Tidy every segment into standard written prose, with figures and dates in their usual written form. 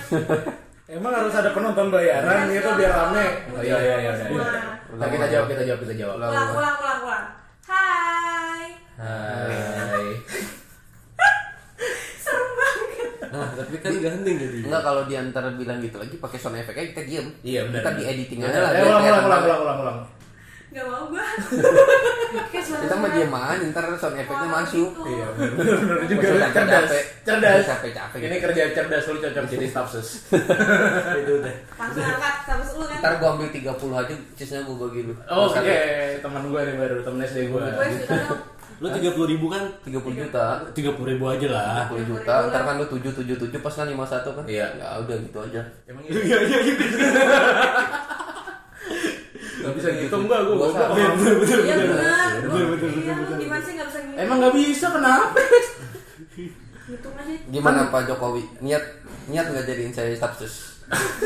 Emang harus ada penonton bayaran gitu biar rame. Oh iya. Nah, kita jawab. Ulang. Hai. Serem banget. Nah, tapi kan gandeng jadi. Enggak, kalau di antara bilang gitu lagi pakai sound effect-nya kita diem. Iya benar. Kita di editing aja lah. Ulang. Gak mau gue. Kita mah diem aja, ntar sound effect-nya masuk. Iya benar juga. Cerdas. Capek-capek. Ini kerja cerdas, lu cocok jadi staff sus. Itu udah. Langsung angkat status lu kan. Ntar gua ambil 30 aja, cheese-nya gua bagi lu. Oh, oke. Teman gua nih baru, temen SD gua. Gue cerita dong. Lu 30.000 kan? 30 juta. 30.000 aja lah. 30 juta, ntar kan lu 777 pas kan 51 kan? Iya. Ya udah gitu aja. Emang iya gitu. Gak bisa ngitung gua. Iya benar. Betul. Gimana sih nggak bisa ngitung? Emang gak bisa, kenapa? Ngitung aja. Gimana Pak Jokowi? Niat nggak jadiin saya stafsus?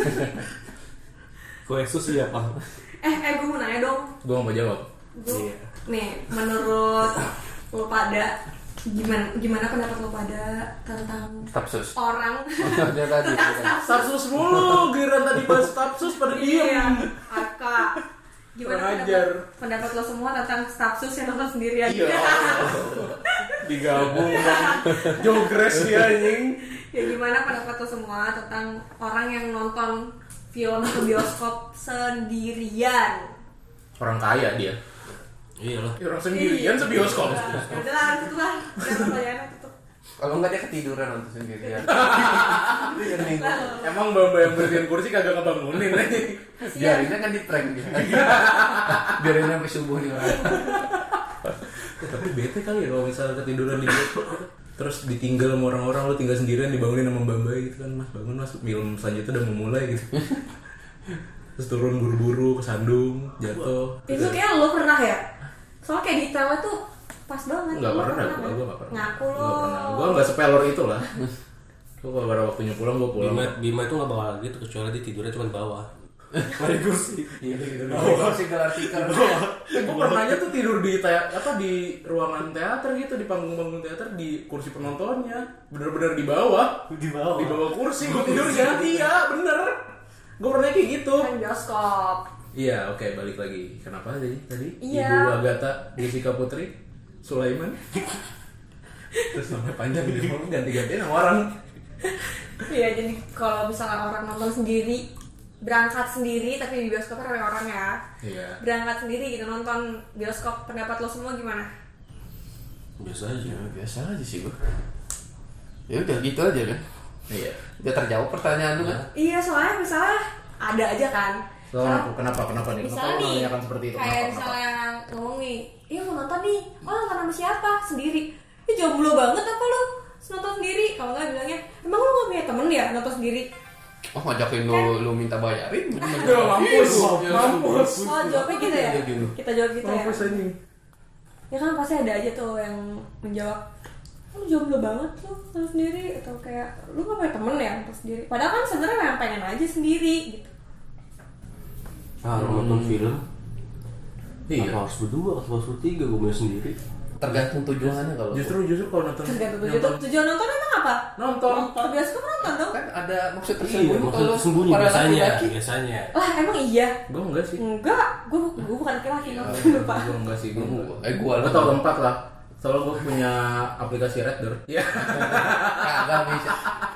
Kue sus iya, Pak. Gue mau nanya dong. Gua mau jawab. Gue nih, menurut lo pada gimana pendapat lo pada tentang Stafsus. orang Dia tadi. Stafsus mulu, giliran tadi bahas stafsus pada diem. Aka. Gimana pendapat lo semua tentang stafsus yang nonton sendiri aja? Iya. Digabung bang. Jogres dia anjing. Ya gimana pendapat lo semua tentang orang yang nonton film ke bioskop sendirian? Orang kaya dia. Iya lah. Orang sendirian sebioskop. Ya udahlah, itu lah. Udah pertanyaannya tutup. Kalau enggak dia ketiduran nonton sendirian. Emang mbak yang bersihin kursi kagak ngebangunin aja. Biarinnya kan di prank gitu. Biarin sampai subuh nih orang. Tapi bete kali ya kalau misalnya ketiduran di bioskop gitu. Terus ditinggal sama orang-orang, lo tinggal sendirian dibangunin sama mbak gitu kan, mas bangun mas, film selanjutnya udah mau mulai gitu. Terus turun buru-buru, kesandung, jatuh. Itu kayak lo pernah ya? Soalnya kayak di Italia tuh pas banget. Enggak Lo pernah, kan? gue gak pernah. Ngaku lo. Gak pernah. Gue gak sepelor itu lah. Gue kalau pada waktunya pulang, gue pulang. Bima itu gak bakal gitu, kecuali dia tidurnya cuma di bawah. Mari kursi. Iya gitu. Kursi gelar tikar. Gue pernahnya tuh tidur di di ruangan teater gitu, di panggung-panggung teater, di kursi penontonnya. Bener-bener di bawah. Di bawah. Di bawah kursi gue tidurnya. Iya, bener. Gue pernah kayak gitu. Kan bioskop. Iya, oke, balik lagi. Kenapa tadi? Iya. Ibu Agatha Jessica Putri Sulaiman. Terus namanya panjang gitu, ganti-gantian sama orang. Iya, jadi kalau misalnya orang nonton sendiri, berangkat sendiri tapi di bioskop kan orang ya. Iya. Berangkat sendiri gitu nonton bioskop, pendapat lo semua gimana? Biasa aja. Biasa aja sih gua. Ya udah gitu aja kan. Iya. Udah terjawab pertanyaan lu kan? Iya, soalnya misalnya ada aja kan. Kenapa nih? Misalnya Kenapa lu nih, menanyakan seperti itu? kayak Kenapa? misalnya ngomong nih, iya mau nonton nih, nonton sama siapa? Sendiri. Ih jomblo banget apa lu? Nonton sendiri? Kalau nggak bilangnya, emang lu nggak punya temen ya nonton sendiri? Oh ngajakin lu minta bayarin? Mampus. Oh jawabnya gitu ya? Gitu. Kita jawab gitu ya? Mampus anjing. Ya kan pasti ada aja tuh yang menjawab, lu jomblo banget lu nonton sendiri, atau kayak lu nggak punya temen ya nonton sendiri? Padahal kan sebenarnya yang pengen aja sendiri gitu. Kalau nonton film, Iya. harus berdua, harus bertiga, gue mau sendiri. Tergantung tujuannya kalau. Justru kalau nonton Tujuan nonton emang apa? nonton. Ke bioskop nonton dong? Kan ada maksud Iya, tersembunyi maksud kalau tersembunyi para biasanya. laki-laki. Biasanya. Lah emang iya? Gue enggak sih. Enggak, gue bukan laki-laki nonton lupa. Gue enggak sih. Gue Gua Gue tau tempat lah. Soalnya gue punya aplikasi Red Door. Iya. kagak bisa.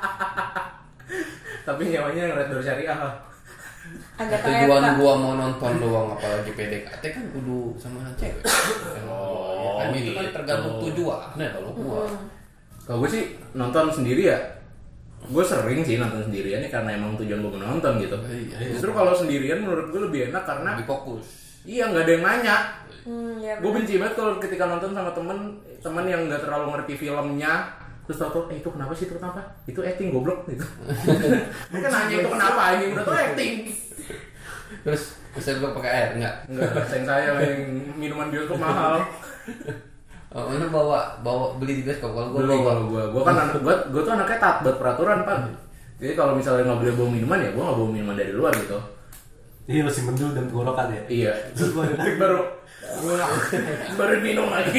Tapi nyawanya yang Red Door Syariah lah. Agak Tujuan ternyata. gua mau nonton doang apalagi PDKT kan kudu sama cewek. Oh, kan itu kan gitu. tergantung tujuannya kalau gua. Kalau gue sih nonton sendiri ya. Gue sering sih nonton sendirian ya karena emang tujuan gue menonton gitu. Iya. Justru kalau sendirian menurut gue lebih enak karena Lebih fokus. iya nggak ada yang nanya. Ya, Gue benci banget kalau ketika nonton sama temen yang nggak terlalu ngerti filmnya, terus tau itu kenapa sih, itu kenapa, itu acting goblok gitu. Mereka nanya itu kenapa, ini udah tuh acting. Terus bisa gua pakai air enggak? Enggak, sayang saya yang minuman bioskop mahal. Oh, ini bawa beli di bioskop kalau gua Beli bawa. kalau gue kan gue tuh anaknya taat buat peraturan Pak. Jadi kalau misalnya nggak boleh bawa minuman ya gue nggak bawa minuman dari luar gitu. Iya, masih mendul dan tenggorokan ya. Iya. Terus baru minum lagi.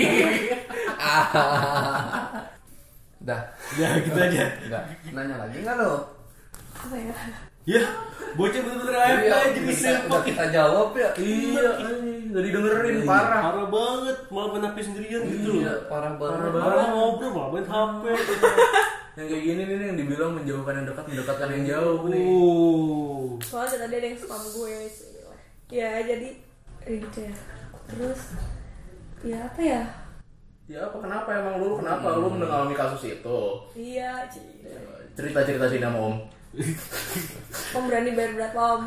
Dah. Ya gitu aja. Enggak. Nanya lagi enggak lo? apa ya? Ya, bocah bener-bener AFK aja bisa. Udah kita jawab ya. Iya, nggak didengerin, parah. Parah banget, malah main HP sendirian gitu. Iya, parah banget. Malah ngobrol, malah main HP. Yang kayak gini nih yang dibilang menjauhkan yang dekat, mendekatkan yang jauh nih. Soalnya tadi ada yang spam gue sih. Ya jadi gitu ya. Terus ya apa ya? Ya apa kenapa emang lu kenapa lu mengalami kasus itu? Iya, Ci. Cerita-cerita sini sama Om. Om berani bayar berapa, Om?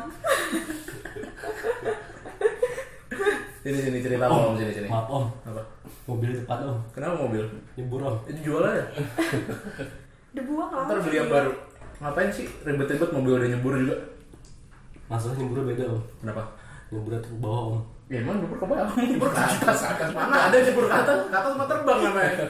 Sini cerita sama Om sini. Maaf Om, Apa? mobil depan Om, Kenapa mobil? nyebur Om. Itu jual aja. Dibuang lah. Ntar beli yang baru. Ngapain sih ribet-ribet mobil udah nyebur juga? Masalah nyeburnya beda Om, Kenapa? nyeburnya tuh ke bawah Om. Ya emang nyebur ke bawah, nyebur ke atas. Mana ada nyebur ke atas mah terbang namanya.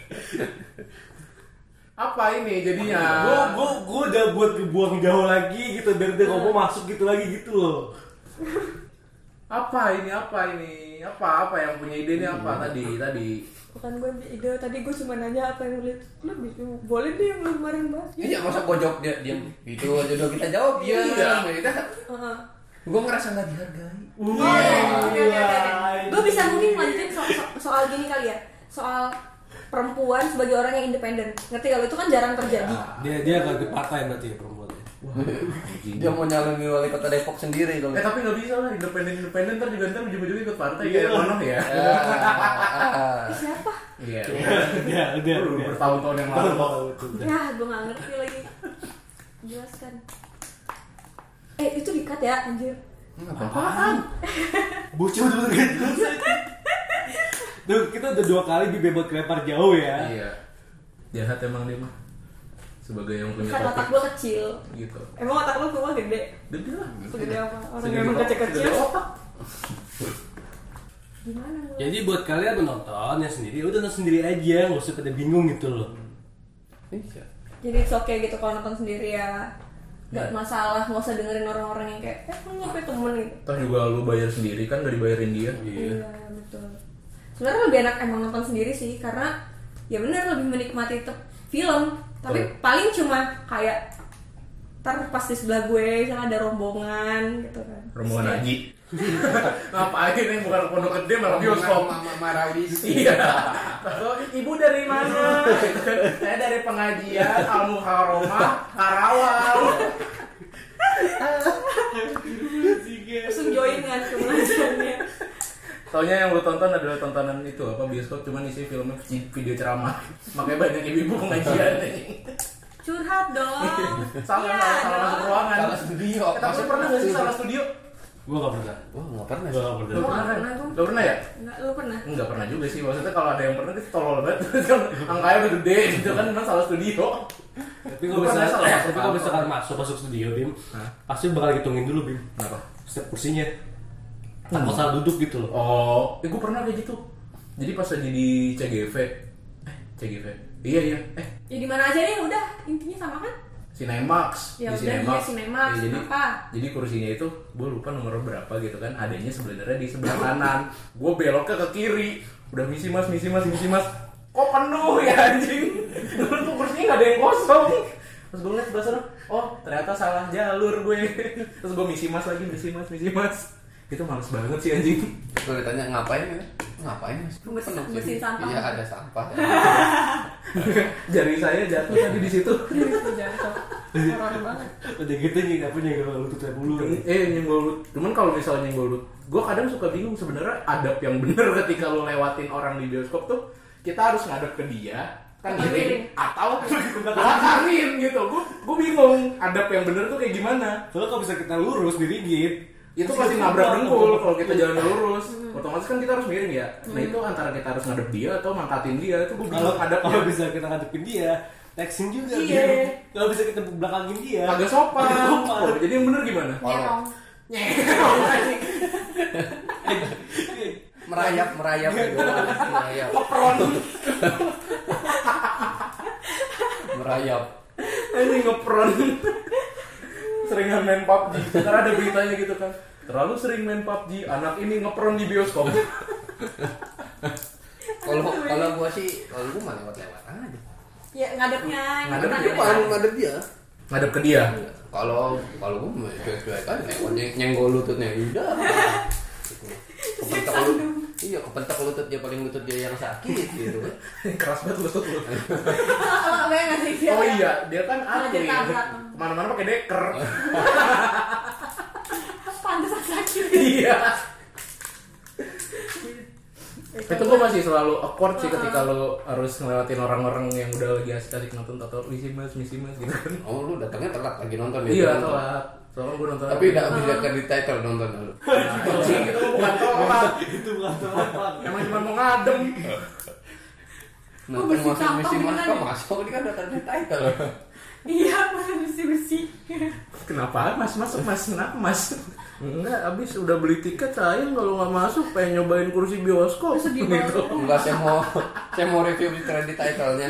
Apa ini jadinya? Gue udah buat buang jauh lagi gitu biar dia ngomong masuk gitu lagi gitu loh. Apa ini? Apa yang punya ide ini apa tadi? Bukan gue ide, tadi gue cuma nanya apa yang lu lihat. Lu boleh deh yang lu kemarin bahas. Iya, masa gue jawab dia diam. Itu aja udah kita jawab. Iya. Gue ngerasa nggak dihargai. Oke. Gue bisa mungkin lanjutin soal gini kali ya. Soal perempuan sebagai orang yang independen. Ngerti kalau itu kan jarang terjadi. Dia agak ikut partai berarti ya perempuan. Dia mau nyalonin wali kota Depok sendiri kalau. Tapi nggak bisa lah independen ntar ujung-ujungnya ikut partai kayak mana ya? Siapa? Iya. Udah. Bertahun-tahun yang lalu. Ya, gue nggak ngerti lagi. Jelaskan. Itu di-cut ya, anjir. Apaan? Bocah bener-bener gitu. Duh, kita udah 2 kali dibebot kelempar jauh ya. Iya. Jahat emang dia mah. Sebagai yang punya Kan otak gue kecil. gitu. Emang otak lu semua gede? Gede lah. Segede apa? Orang Segede yang otak, kecil-kecil. segede otak. Gimana lu? Jadi buat kalian menonton ya sendiri, udah nonton sendiri aja, nggak usah pada bingung gitu loh. Iya. Jadi it's okay gitu kalau nonton sendiri ya. Gak masalah, nggak usah dengerin orang-orang yang kayak punya apa temen gitu. Toh juga lu bayar sendiri kan gak dibayarin dia. Iya, betul. Sebenarnya lebih enak emang nonton sendiri sih, karena ya benar lebih menikmati film. Tapi paling cuma kayak ntar pas di sebelah gue misalnya ada rombongan gitu kan. Rombongan haji. Ngapain nih bukan pondok gede malah bioskop. Mama Marawis. Iya. Oh, ibu dari mana? Saya dari pengajian Al Muharramah Karawang. Langsung join kan ke pengajiannya. Taunya yang lu tonton adalah tontonan itu apa bioskop cuman isi filmnya video ceramah. Makanya banyak ibu-ibu pengajian nih. Curhat dong. Salah Iya, masuk ruangan. Salah studio. Tapi lu pernah nggak sih salah studio? Gua nggak pernah. Wah, nggak pernah. Gua nggak pernah. Lu pernah kan? Gua. Lu pernah ya? Enggak, lu pernah? Enggak pernah juga sih. Maksudnya kalau ada yang pernah itu tolol banget. Kan angkanya udah gede gitu kan memang salah studio. Tapi kalau misalkan masuk studio Bim, pasti bakal hitungin dulu Bim. Kenapa? Setiap kursinya. Tanpa salah duduk gitu loh. Oh, gue pernah kayak gitu. Jadi pas lagi di CGV. Iya. Ya di mana aja deh, udah intinya sama kan? Cinemax. Ya Di udah, Cinemax. Ya, Apa? jadi kursinya itu gue lupa nomor berapa gitu kan. Adanya sebenarnya di sebelah kanan. Gue beloknya ke kiri. Udah misi mas. Kok penuh ya anjing? Tuh kursinya nggak ada yang kosong. Terus gue ngeliat sebelah sana. Oh ternyata salah jalur gue. Terus gue misi mas. Itu males banget sih anjing. Kalau ditanya ngapain ya? Ngapain? Bersihin sampah. Iya, ada sampah. Jari saya jatuh tadi di situ. Jatuh. Horor banget. Udah gitu nih, apa nyenggol lutut saya dulu. Nyenggol lutut. Cuman kalau misalnya nyenggol lutut, gue kadang suka bingung sebenarnya adab yang bener ketika lu lewatin orang di bioskop tuh kita harus ngadep ke dia kan miring atau belakangin gitu. Gue bingung adab yang bener tuh kayak gimana. Soalnya kalau bisa kita lurus diringgit, Itu pasti nabrak dengkul kalau kita jalan lurus. Otomatis kan kita harus miring ya. Nah itu antara kita harus ngadep dia atau mangkatin dia itu gue bingung adabnya. kalau bisa kita ngadepin dia, texting juga. Iya. Kalau bisa kita belakangin dia, Agak sopan. Jadi yang bener gimana? Nyerong. Merayap. Merayap. Ini ngepron. Seringan main PUBG. Karena ada beritanya gitu kan. Terlalu sering main PUBG, anak ini ngepron di bioskop. Kalau gua sih, kalau gua mah lewat aja. Ya ngadepnya. Ngadep Tapi kalau ngadep dia, ngadep ke dia. Kalau gue cuek-cuek aja, nyenggol lututnya udah. Kepentok lutut dia, paling lutut dia yang sakit gitu. Keras banget lutut lu. Lama banget nggak sih dia? Oh iya, dia kan atlet. tabrak. Kemana-mana pakai deker. Pantesan sakit. Iya. Itu gue masih selalu awkward sih ketika lo harus ngelewatin orang-orang yang udah lagi asik-asik nonton atau misi mas gitu kan. Oh lu datangnya telat lagi nonton ya? Iya telat. Soalnya gue nonton. Tapi udah habis lihat di title nonton lu. Itu bukan telat. Itu bukan telat. Emang cuma mau ngadem. Nonton bersih masuk misi kantong mas beneran ya? masuk ini kan udah di title. Iya, bersih-bersih. Kenapa mas masuk mas? Kenapa mas? Enggak, abis udah beli tiket sayang kalau nggak masuk pengen nyobain kursi bioskop Sedih gitu. Enggak, saya mau review di title-nya.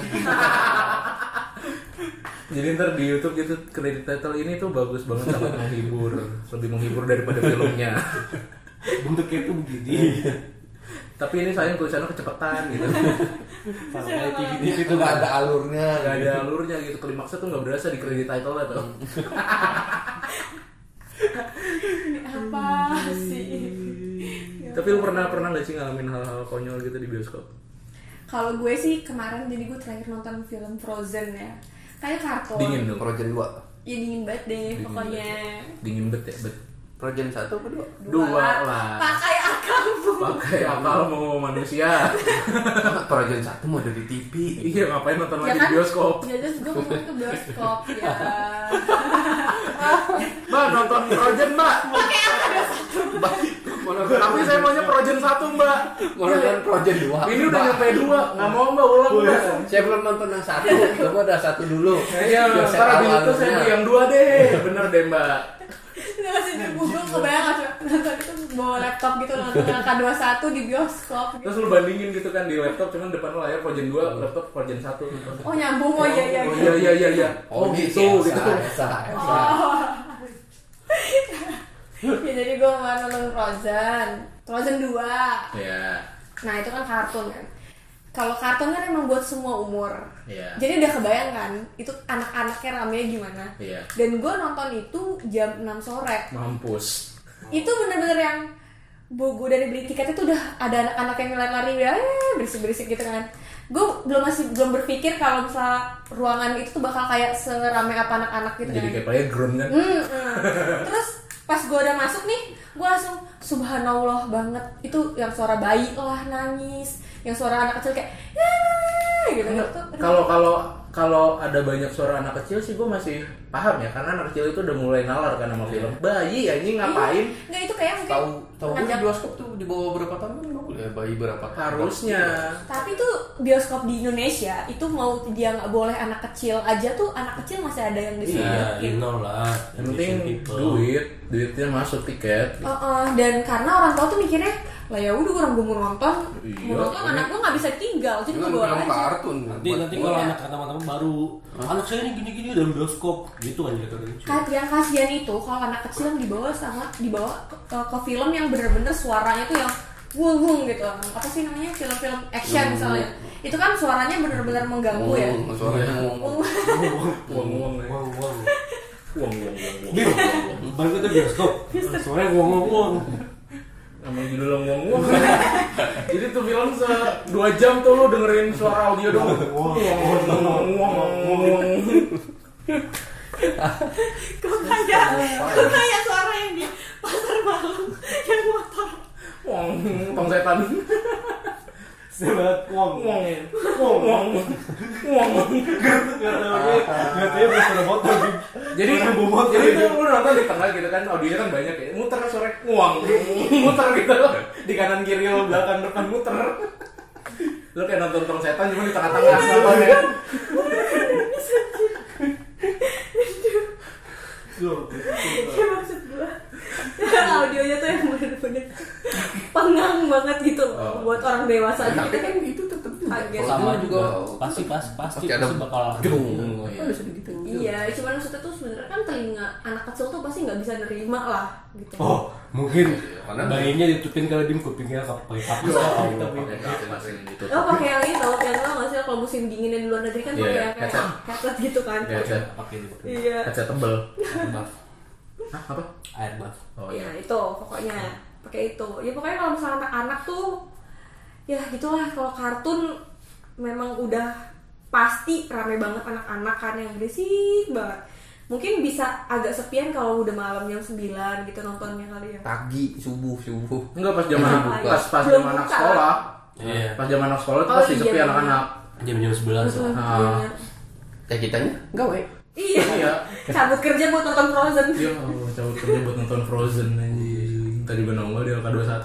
Jadi ntar di YouTube gitu kredit title ini tuh bagus banget, sangat menghibur, lebih menghibur daripada filmnya. Bentuknya tuh begini. Tapi ini sayang tulisannya kecepatan gitu. Sama kayak TV Itu nggak ada alurnya. Gak ada alurnya gitu, klimaksnya tuh nggak berasa di kredit title tuh. Ini apa sih? Tapi lu pernah nggak sih ngalamin hal-hal konyol gitu di bioskop? Kalau gue sih kemarin, jadi gue terakhir nonton film Frozen ya. Kayak kartun. Dingin dong. Frozen 2. Ya dingin banget deh Dingin pokoknya. Dingin bet ya bet. Frozen 1 apa 2? Dua lah. Pakai akalmu. Pakai akal mau manusia. Frozen 1 mau ada di TV. Iya ngapain nonton Ya lagi kan? di bioskop? Ya terus gue mau ke bioskop ya. Mbak nonton Frozen mbak. Pakai akal Tapi saya maunya Frozen 1 mbak. Mau nonton Frozen 2. Ini udah nyampe 2, nggak mau mbak ulang mbak. Saya belum nonton yang 1. Coba ada 1 dulu. Iya, Biar saya ntar tahu abis itu saya alurnya. beli yang 2 deh. Bener deh mbak. Nggak sih, gue kebayang aja nonton itu bawa laptop gitu, nonton AK21 di bioskop gitu. Terus lu bandingin gitu kan di laptop, cuman depan layar Frozen 2, laptop Frozen 1. Oh nyambung, oh iya. Oh iya. Oh gitu. Esa. Oh. Ya jadi gue mau nonton Frozen 2. Iya. Nah itu kan kartun kan. Kalau kartun kan emang buat semua umur. Iya. Jadi udah kebayang kan itu anak-anaknya ramenya gimana. Iya. Dan gue nonton itu jam 6 sore. Mampus. Itu bener-bener yang gue dari beli tiket itu udah ada anak-anak yang lari-lari ya berisik-berisik gitu kan. Gue belum berpikir kalau misalnya ruangan itu tuh bakal kayak seramai apa anak-anak gitu. Jadi kan. kayak playground kan. Terus pas gue udah masuk nih, gue langsung subhanallah banget. Itu yang suara bayi lah nangis, yang suara anak kecil kayak ya gitu. Kalau ada banyak suara anak kecil sih gue masih paham ya, karena anak kecil itu udah mulai nalar kan sama film. Bayi anjing ngapain? Nggak, itu kayak mungkin Tahu gue ngajak. di bioskop tuh di bawah berapa tahun kan nggak boleh bayi berapa tahun. Harusnya. Tapi tuh bioskop di Indonesia itu mau dia nggak boleh anak kecil aja tuh, anak kecil masih ada yang di sini. Iya, you know lah. Yang penting duitnya masuk tiket. Dan karena orang tua tuh mikirnya lah ya udah orang gue mau nonton, Iya, anak gue nggak bisa tinggal, jadi gue Itu bawa kan film aja. kartun. Nanti kalau anak teman-teman baru, anak saya ini gini-gini dalam bioskop, gitu kan gitu. Yang kasihan itu kalau anak kecil yang dibawa ke film yang bener-bener suaranya tuh yang wung gitu, apa sih namanya, film-film action misalnya, itu kan suaranya bener-bener mengganggu ya. Suaranya Uang. Baru itu bioskop, soalnya ngomong. Emang judulnya ngomong. Jadi tuh film 2 jam tuh lu dengerin suara audio doang. Gue kayak suara yang di pasar malam yang motor. Tong setan. Sebat uang. Gak tahu bersuara motor. Jadi tuh lu nonton di tengah gitu kan, audionya kan banyak ya. Muter suara muter gitu. Di kanan kiri lo, belakang depan muter. Lu kayak nonton tong setan cuma di tengah-tengah nontonnya. Ya maksud gue audionya tuh yang bener-bener pengang banget gitu loh buat orang dewasa. Tapi kan itu tetap kaget. Sama juga juga. pasti ada bakal gedung. Iya, cuman maksudnya tuh sebenarnya kan telinga anak kecil tuh pasti nggak bisa nerima lah gitu. Oh, mungkin Karena bayinya ditutupin kalau diem kupingnya pakai kapas. Oh pakai yang itu, yang tau nggak sih kalau musim dinginnya di luar negeri kan pakai yang kayak headset gitu kan? Headset. Pakai itu. Iya. Headset tebel. Buff. Hah, apa? Air buff. Oh Ya iya. itu pokoknya pakai itu. Ya pokoknya kalau misalnya anak tuh, ya gitulah kalau kartun memang udah pasti rame banget anak-anak kan yang berisik banget. Mungkin bisa agak sepian kalau udah malam jam 9 gitu nontonnya kali ya. Pagi, subuh. Enggak pas zaman Belum pas buka. zaman anak sekolah. Iya. Pas zaman anak sekolah tuh Oh, pasti iya, sepi bener. anak-anak. Jam-jam 11. Ah. Kayak kitanya gawe. Iya. Iya. Cabut kerja buat nonton Frozen. Iya, cabut kerja buat nonton Frozen anjing. Tadi gue nongol di LK21.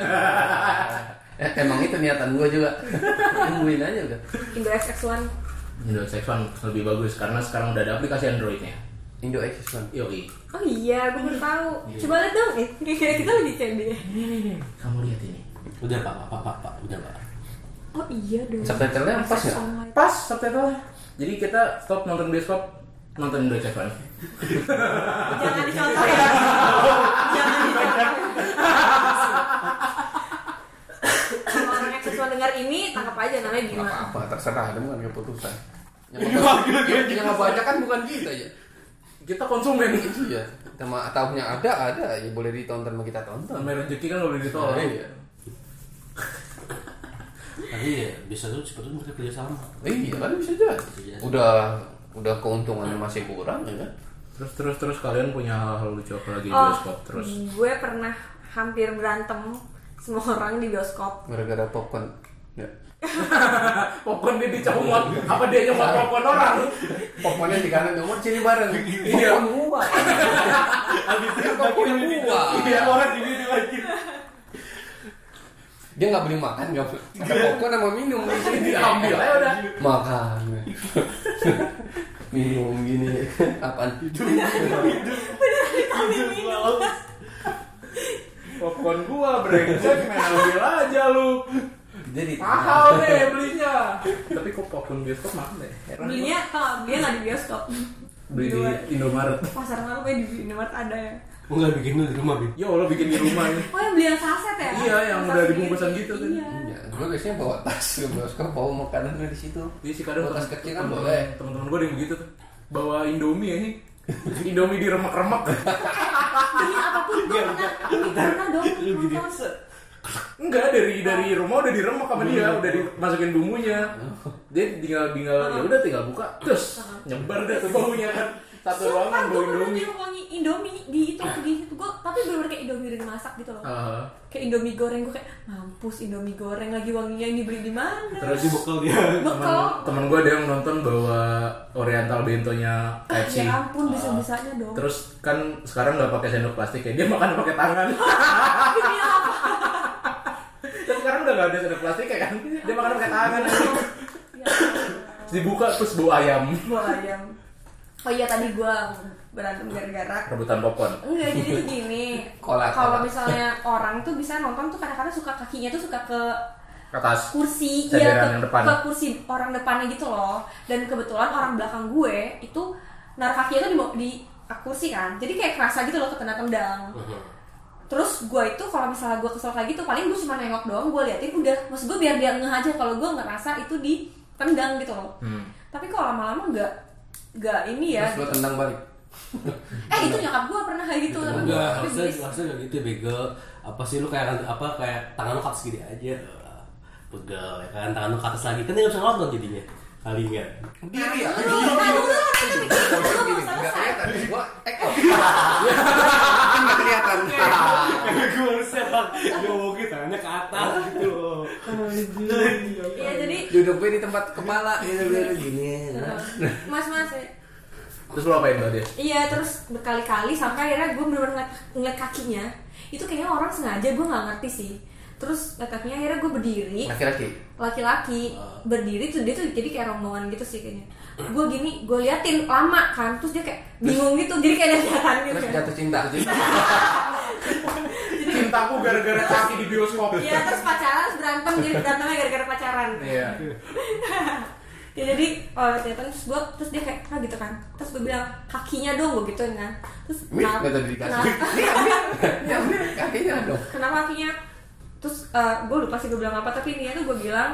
Emang itu niatan gue juga. Tungguin aja udah. Indo XX1. Windows X1 lebih bagus karena sekarang udah ada aplikasi Android-nya. Indo X kan. Yoi. Oh iya, gue baru tahu. Coba lihat dong, kita lagi CB. Nih, kamu lihat ini. Udah Pak. Udah Pak. Oh iya dong. Subtitle-nya pas nggak? Online. Pas subtitle. Jadi kita stop nonton bioskop, nonton Windows X1. Jangan dicontoh ya. Jangan dicontoh. Kalau orang yang sesuai dengar ini, tangkap aja namanya Nggak gimana. apa-apa, terserah, itu bukan keputusan. Yang ngebaca kan bukan kita ya. Kita konsumen. Iya. Sama tahunya ada ya boleh ditonton sama kita tonton. Namanya rezeki kan nggak boleh ditolak. Iya. Tapi ya bisa tuh seperti mereka kerja sama. Iya kan bisa jadi. Udah keuntungannya masih kurang ya kan. Terus kalian punya hal-hal lucu apa lagi di Oh, bioskop terus? gue pernah hampir berantem semua orang di bioskop. Gara-gara popcorn. Ya. Popcorn dia dicomot, apa dia nyomot popcorn orang? Popcornnya di kanan nomor sini bareng. Iya. Popcorn gua. Habis itu Popcorn gua. Iya, orang di sini lagi. Dia nggak beli makan, nggak ada popcorn sama minum di sini. Diambil aja udah. Makan. Minum gini. Apaan? Popcorn gua brengsek, main ambil aja lu. Jadi Mahal deh belinya. Tapi kok popcorn bioskop mahal deh. Heran Belinya nggak di bioskop. gua. Beli di Indomaret. Pasar malam kayak di Indomaret ada ya. Enggak bikin dulu di rumah, Bin. Ya Allah bikin di rumah ini. Oh yang beli yang saset ya? Iya, yang Saset udah dibungkusan gitu kan. Iya. ya, gue biasanya bawa tas ke bioskop, bawa makanannya di situ. Iya sih kadang Bawa tas kecil kan temen- boleh. Temen-temen gua ada yang begitu tuh. Bawa Indomie ini. Indomie diremek-remek. Ini apapun gue pernah dong nonton. Enggak, dari rumah udah diremek sama dia, udah dimasukin bumbunya. Dia tinggal ya udah tinggal buka, terus nyebar deh tuh baunya kan. Satu ruangan bau gue pernah Indomie. nyium wangi Indomie di situ gue, tapi bener-bener kayak Indomie udah dimasak gitu loh. Kayak Indomie goreng, gue kayak mampus Indomie goreng lagi wanginya, ini beli di mana? Terus Di bekal dia. temen gue ada yang nonton bawa Oriental bentonya KFC. Ya ampun, bisa-bisanya dong. Terus kan sekarang nggak pakai sendok plastik ya, dia makan pakai tangan. Demi apa? Dan sekarang udah nggak ada sendok plastik ya kan, dia makan pakai tangan. Ya Terus dibuka terus bau ayam. Buah ayam. Oh iya tadi gue berantem gara-gara Rebutan popcorn. enggak, jadi tuh gini. Kolak. Kalau misalnya orang tuh bisa nonton tuh kadang-kadang suka kakinya tuh suka ke Ke atas. kursi, Sederan yang depan. ke kursi orang depannya gitu loh. Dan kebetulan orang belakang gue itu naruh kakinya tuh di kursi kan, jadi kayak kerasa gitu loh ketendang-tendang. Terus gue itu kalau misalnya gue kesel kayak gitu, paling gue cuma nengok doang, gue liatin udah. Maksud gue biar dia ngeh aja kalau gue ngerasa itu ditendang gitu loh. Tapi kalau lama-lama nggak ini ya. Terus lo tendang balik. Itu nyokap gue pernah kayak gitu. tapi Enggak, tapi harusnya bis. harusnya enggak gitu bego. Apa sih lu kayak tangan lu ke atas gini aja. Pegel ya kan, tangan lu ke atas lagi. Kan dia enggak bisa nonton jadinya. Kalinya. Diri ya. Nggak kelihatan. Gua out. Nggak kelihatan. Karena gue harusnya ngomongin tangannya ke atas gitu loh. Iya jadi Duduknya di tempat kepala gitu gini. mas ya. Terus lo apain tadi? Iya, terus berkali-kali sampai akhirnya gue bener-bener ngeliat kakinya. Itu kayaknya orang sengaja, gue nggak ngerti sih. Terus ngeliat kakinya akhirnya gue berdiri. Laki-laki berdiri tuh, dia tuh jadi kayak rombongan gitu sih kayaknya. Gue gini, gue liatin lama kan, terus dia kayak bingung gitu, jadi kayak ada liatan gitu. Terus ya. jatuh cinta. Jadi cintaku gara-gara kaki di bioskop. Iya, terus pacaran terus berantem, jadi berantemnya gara-gara pacaran. Iya. Ya jadi ternyata terus dia kayak gitu kan, terus gue bilang kakinya dong, gue gituin kan, terus Nggak tadi dikasih. Kakinya dong. kenapa kakinya, terus gue lupa sih gue bilang apa, tapi intinya tuh gue bilang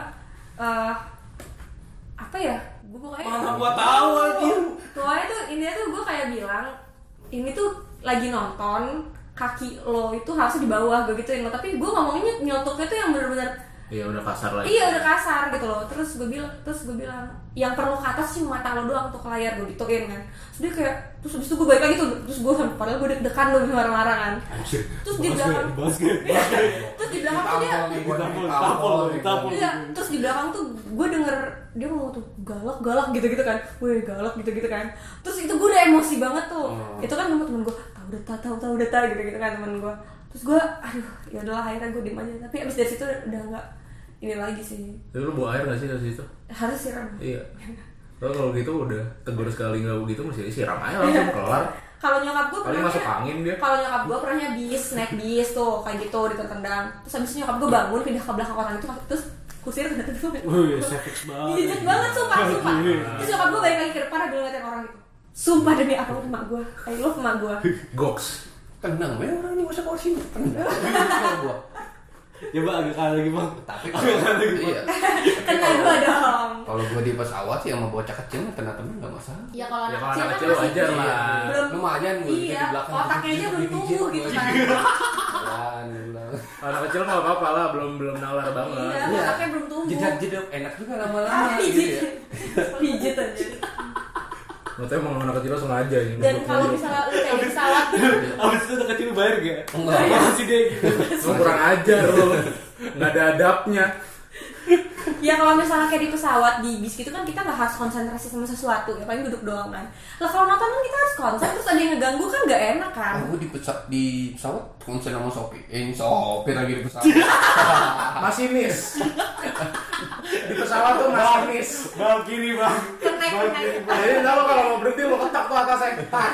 apa ya, gue pokoknya Gua tahu anjir. pokoknya tuh intinya tuh gue kayak bilang ini tuh lagi nonton, kaki lo itu harusnya di bawah, gue gituin lo, tapi gue ngomongnya nyotoknya tuh yang bener-bener Iya udah kasar lagi. iya udah kasar gitu loh. Terus gue bilang yang perlu ke atas sih mata lo doang tuh ke layar, gue gituin kan. Terus dia kayak, terus habis itu gue balik lagi tuh, terus gue padahal gue deg-degan loh marah-marah kan. Terus di belakang terus di belakang tuh dia iya, terus di belakang tuh gue denger dia ngomong tuh galak gitu kan, weh galak gitu kan. Terus itu gue udah emosi banget tuh. Itu kan sama temen gue, tahu data gitu kan temen gue. Terus gue, aduh ya udahlah akhirnya gue diem aja. Tapi abis dari situ udah nggak ini lagi sih. Tapi lu bawa air nggak sih dari situ? Harus siram. Iya. Kalau gitu udah tegur sekali nggak begitu mesti siram aja langsung kelar. Kalau nyokap gue Paling masuk angin dia. Kalau nyokap gue pernahnya naik bis tuh kayak gitu ditendang. Terus habis itu nyokap gue bangun pindah ke belakang orang itu, terus kusir udah tuh. Wih, savage banget. Dijejek banget sumpah. Terus nyokap gue balik lagi ke depan ada ngeliatin orang gitu. Sumpah demi apa emak gue, I love emak gue. Goks. Tenang, orang ini masa kau sini. Tenang. Gua. Coba agak kalah lagi bang. Tapi kalau iya. Kena gue dong. Kalau gue di pesawat sih sama bocah kecil tenang-tenang nggak masalah. Ya kalau Ya, anak kalau kecil anak kan kecil masih wajar lah. belum Lumayan gue iya, di belakang. otaknya aja belum tumbuh gitu kan. Anak kecil nggak apa-apa lah, belum nalar banget. Iya, otaknya belum tumbuh. Jeda enak juga lama-lama gitu ya. Pijit aja. Maksudnya emang anak kecil sengaja ini. Dan kalau misalnya lu kayak di pesawat, Abis itu udah kecil bayar gak? Enggak. Masih dia gitu. lu kurang ajar lu. Nggak ada adabnya. ya kalau misalnya kayak di pesawat, di bis gitu kan kita nggak harus konsentrasi sama sesuatu, ya paling duduk doang kan. Lah kalau nonton kan kita harus konsen, terus ada yang ngeganggu kan nggak enak kan. Aku di pesawat konsen sama sopir. Sopir lagi di pesawat. Masinis. Di pesawat tuh masinis. Bang kiri bang. Kenek. Jadi ntar lo kalau mau berhenti lo ketak tuh atasnya.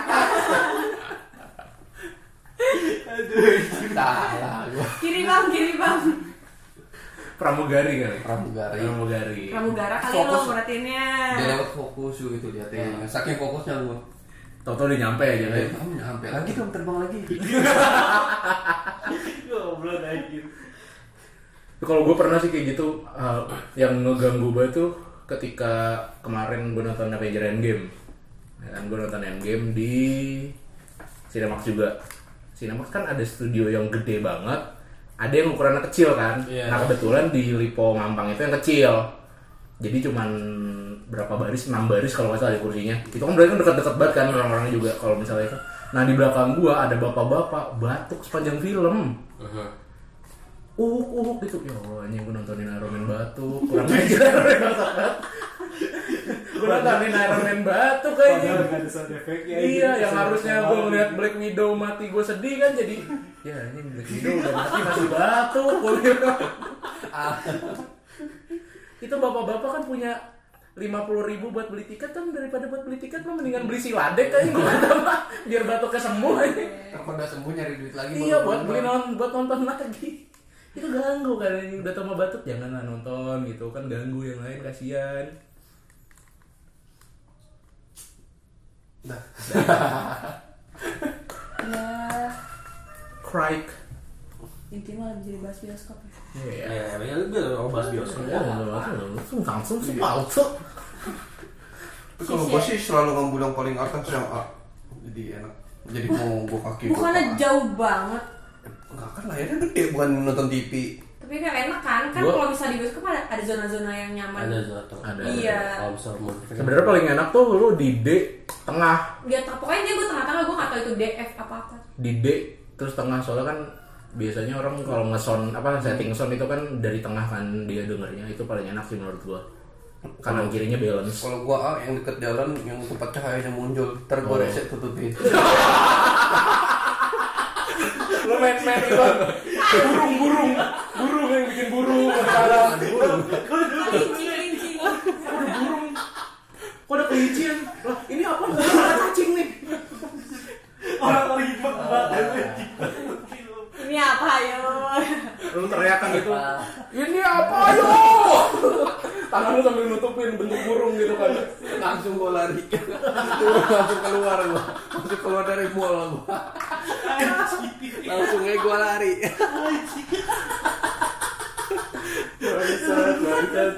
Salah gua. Kiri bang. Pramugari kali. Pramugara kali lo Fokus. perhatiinnya. Dia lewat fokus gitu liatin. Saking fokusnya gua. Tau-tau udah nyampe aja kan. Kamu nyampe lagi dong terbang lagi. Goblok anjir. Kalau gue pernah sih kayak gitu, yang ngeganggu gue tuh ketika kemarin gue nonton Avenger Endgame. Ya kan, gue nonton Endgame di Cinemax juga. Cinemax kan ada studio yang gede banget, ada yang ukurannya kecil kan. Iya. Nah kebetulan di Lipo Mampang itu yang kecil. Jadi cuman berapa baris, 6 baris kalau nggak salah di kursinya. Itu kan berarti dekat-dekat banget kan orang-orangnya juga kalau misalnya itu. Nah di belakang gua ada bapak-bapak batuk sepanjang film. Gitu. Ya Allah, anjing gue nontonin Iron Man batuk. Kurang ajar Iron Man batuk. Gue nontonin Iron Man batuk kayaknya. Padahal gak ada sound effect-nya. Iya, yang harusnya gue ngeliat Black Widow mati gue sedih kan jadi ya ini Black Widow udah mati masih batuk. Itu bapak-bapak kan punya 50.000 buat beli tiket kan, daripada buat beli tiket mah mendingan beli siladek kayaknya gue mah biar batuknya sembuh aja. Kalau udah sembuh nyari duit lagi. Iya buat beli buat nonton lagi. Itu ganggu kan, udah tambah batuk janganlah nonton gitu kan, ganggu yang lain kasihan. Ya, Crack. intinya malah jadi bahas bioskop ya. Iya. Ya, lu bilang orang bahas bioskop. Langsung sepatu. Kalau gue sih selalu ngambil yang paling atas yang A. Jadi enak. Jadi mau gue kaki. Bukannya jauh banget, Enggak kan layarnya gede, bukan nonton TV. tapi kan enak kan. Kan Gua- kalau bisa di bioskop ada zona-zona yang nyaman. Ada satu. Ada. Iya. Kalau misal mau Sebenarnya paling enak tuh lu di D tengah, Dia pokoknya dia gue tengah-tengah, gue nggak tahu itu DF apa-apa. di D terus tengah, soalnya kan biasanya orang kalau nge-sound setting sound itu kan dari tengah kan dia dengernya, itu paling enak sih menurut gua. Kanan kirinya balance. Kalau gua A yang deket jalan yang tempat cahayanya muncul, ntar gua reset tutupin. Lu main itu burung yang bikin burung sekarang. Kelinci. Kok ada kelician? Lah, ini apa? Ada cacing nih. orang lagi makan. Ini apa ya? lu teriakan gitu. Ini apa yo? Tangan lu sambil nutupin bentuk burung gitu kan. Langsung gue lari. Langsung keluar dari mall gue. Langsung aja gue lari. Bangsat.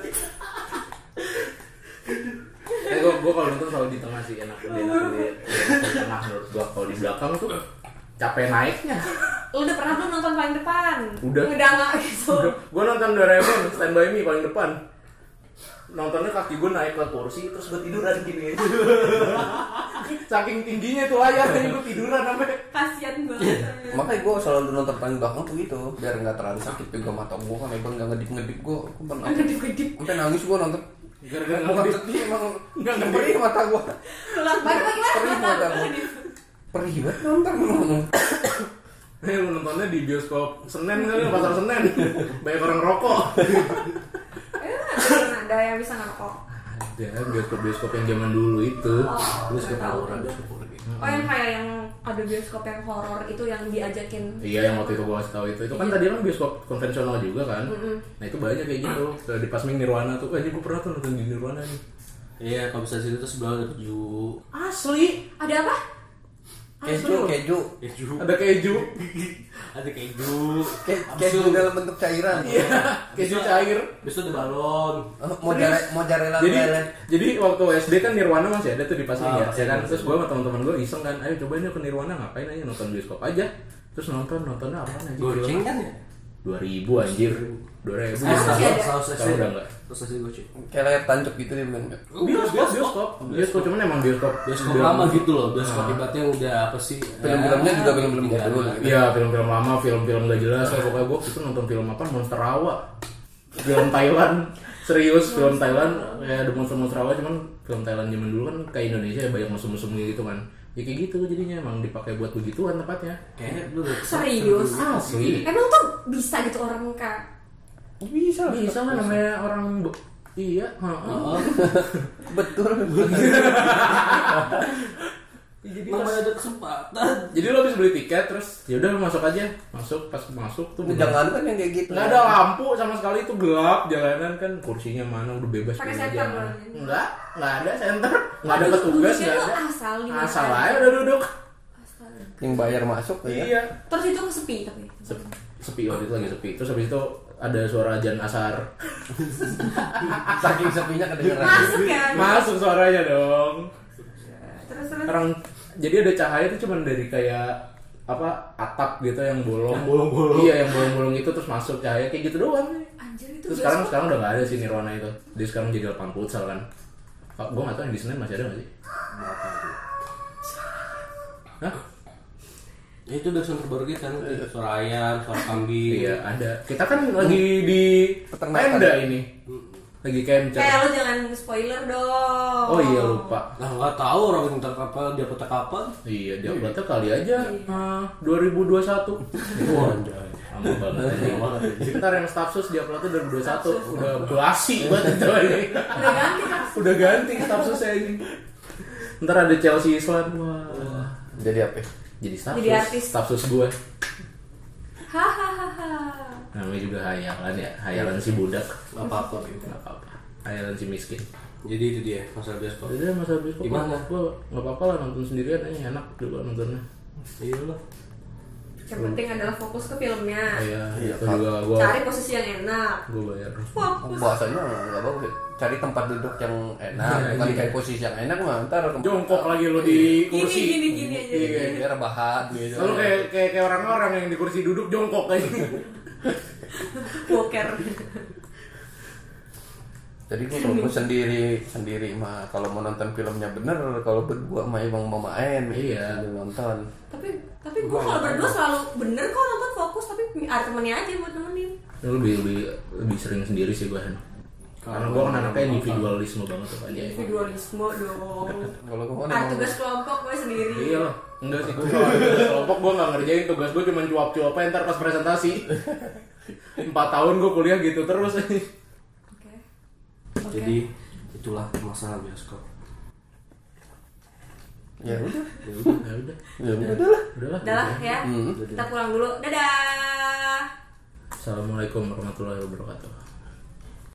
Gue kalau nonton selalu di tengah sih, enak di tengah menurut gue. Kalau di belakang tuh capek naiknya. Lu udah pernah belum nonton paling depan? Udah nggak gitu. Gue nonton Doraemon Stand By Me paling depan. Nontonnya kaki gue naik ke kursi terus gue tiduran gini aja. Saking tingginya tuh layar, gue tiduran sampai. Kasian banget. Makanya gue selalu nonton paling belakang tuh gitu, biar nggak terlalu sakit juga mata gue kan, emang nggak ngedip gue pernah sampai nangis gue nonton. Gara-gara Bukan ngedip. sedih, emang Nggak ngedip. perih mata gue. Balik Perih mata gue. Perih banget nonton. Lu nontonnya di bioskop Senen kali, pasar Senen. Banyak orang rokok. Ada yang bisa ngerokok. Ada bioskop yang zaman dulu itu. Bioskop tahu. Aura, bioskop Aura gitu. Oh yang kayak yang ada bioskop yang horor itu yang diajakin. Iya, yang waktu itu gua kasih tahu itu kan tadi kan bioskop konvensional juga kan. Nah itu banyak kayak gitu. Di Pasming Nirwana tuh, aja gua pernah tuh nonton di Nirwana nih. Iya, kalau bisa situ tuh sebelah ada keju. Asli. Ada apa? Keju. Ada keju. Ada keju. Keju dalam bentuk cairan. Iya, keju cair. Besok ada balon. Mozzarella. Jadi waktu SD kan Nirwana masih ada tuh di Pasming ya. Pasming. Ya kan, terus gua sama teman-teman gua iseng kan, ayo cobain yuk ke Nirwana, ngapain aja nonton bioskop aja. Terus nontonnya apaan aja? Goceng kan ya? 2000 anjir. 2000. Saus Kalau udah enggak. Terus asli goceng. Kayak layar tancap gitu dia bilang. Bioskop cuman emang bioskop Lama gitu loh, bioskop ibaratnya udah apa sih? Film-filmnya juga film-film Iya, dulu. Iya, film-film lama, film-film gak jelas. Pokoknya gue itu nonton film apa, Monster Awa. Film Thailand. Serius, film Thailand. Kayak ada monster Awa, cuman film Thailand zaman dulu kan kayak Indonesia ya, banyak musuh-musuhnya gitu kan. Ya kayak gitu jadinya, emang dipakai buat begituan tempatnya. Kayaknya lu Serius? Asli. Emang tuh bisa gitu orang kak? Bisa lah namanya orang iya, Betul. Jadi namanya ada kesempatan. Jadi lo habis beli tiket terus ya udah lo masuk aja. Pas masuk tuh Jangan kan yang kayak gitu. nggak ada lampu sama sekali, itu gelap jalanan kan, kursinya mana udah bebas Pakai pilih center aja. kan? Nggak ada center, nggak ada petugas, nggak ada. Asal aja udah duduk. Yang bayar masuk ya. Iya. Terus itu sepi tapi. Sepi waktu itu lagi sepi. Terus habis itu ada suara ajan asar. Saking sepinya kedengeran. Masuk ya? Masuk suaranya dong. Terus. Orang jadi ada cahaya tuh cuman dari kayak apa atap gitu yang bolong. Yang bolong-bolong. Iya, yang bolong-bolong itu terus masuk cahaya kayak gitu doang. Anjir itu Terus sekarang udah nggak ada sih Nirwana itu. Dia sekarang jadi lapangan futsal kan. Gue nggak tahu yang di Senen masih ada nggak sih? Hah? Ya, itu udah terbaru gitu kan, suara ayam, suara kambing. Iya ada. Kita kan lagi di Peternakan. tenda ini. Lagi camp. Kayak lo jangan spoiler dong. Oh iya lupa. Nah nggak tahu orang minta kapan dia kota kapan. Iya dia uploadnya kali aja 2021. Wah anjay. Lama banget. Ntar yang Stafsus dia uploadnya 2021. Udah basi banget itu aja. Udah ganti kan? Udah ganti Stafsusnya ini. Ntar ada Chelsea Island. Wah. Jadi apa? Jadi Stafsus. Jadi artis. Stafsus gue. Hahaha. Namanya juga hayalan ya. Hayalan si budak. Gak apa-apa gitu. Nggak apa-apa. Hayalan si miskin. Jadi itu dia masalah bioskop. Udah masa bioskop. Gimana? Gue nggak apa-apa lah nonton sendirian aja, enak juga nontonnya. Iya lah. Yang penting adalah fokus ke filmnya. Iya. Iya, Itu juga gue. Cari posisi yang enak. Gue bayar. Fokus. Bahasanya nggak bagus. Cari tempat duduk yang enak, Iya, bukan iya. kayak posisi yang enak mah ntar Jongkok lagi lo di kursi. Gini aja. Iya. biar rebahan gitu. Lalu kayak orang-orang yang di kursi duduk jongkok kayak gitu. Boker. Jadi kalau gue sendiri mah kalau mau nonton filmnya bener, kalau berdua mah emang mau main, Iya. sambil nonton. Tapi gue kalau berdua selalu bener kok nonton fokus, tapi ada temennya aja buat nemenin. Lebih sering sendiri sih gue. Karena gue kan anaknya individualisme banget tuh aja. Individualisme dong. Kalau gue Tugas kelompok gue sendiri. Iya lah. Enggak sih, gue kelompok gue gak ngerjain, tugas gue cuma cuap-cuapnya ntar pas presentasi. 4 tahun gue kuliah gitu terus. Oke. Jadi itulah masalah bioskop. ya udah, Ya udah. ya udah lah. Udahlah. Udah lah ya. Kita pulang dulu. Dadah. Assalamualaikum warahmatullahi wabarakatuh.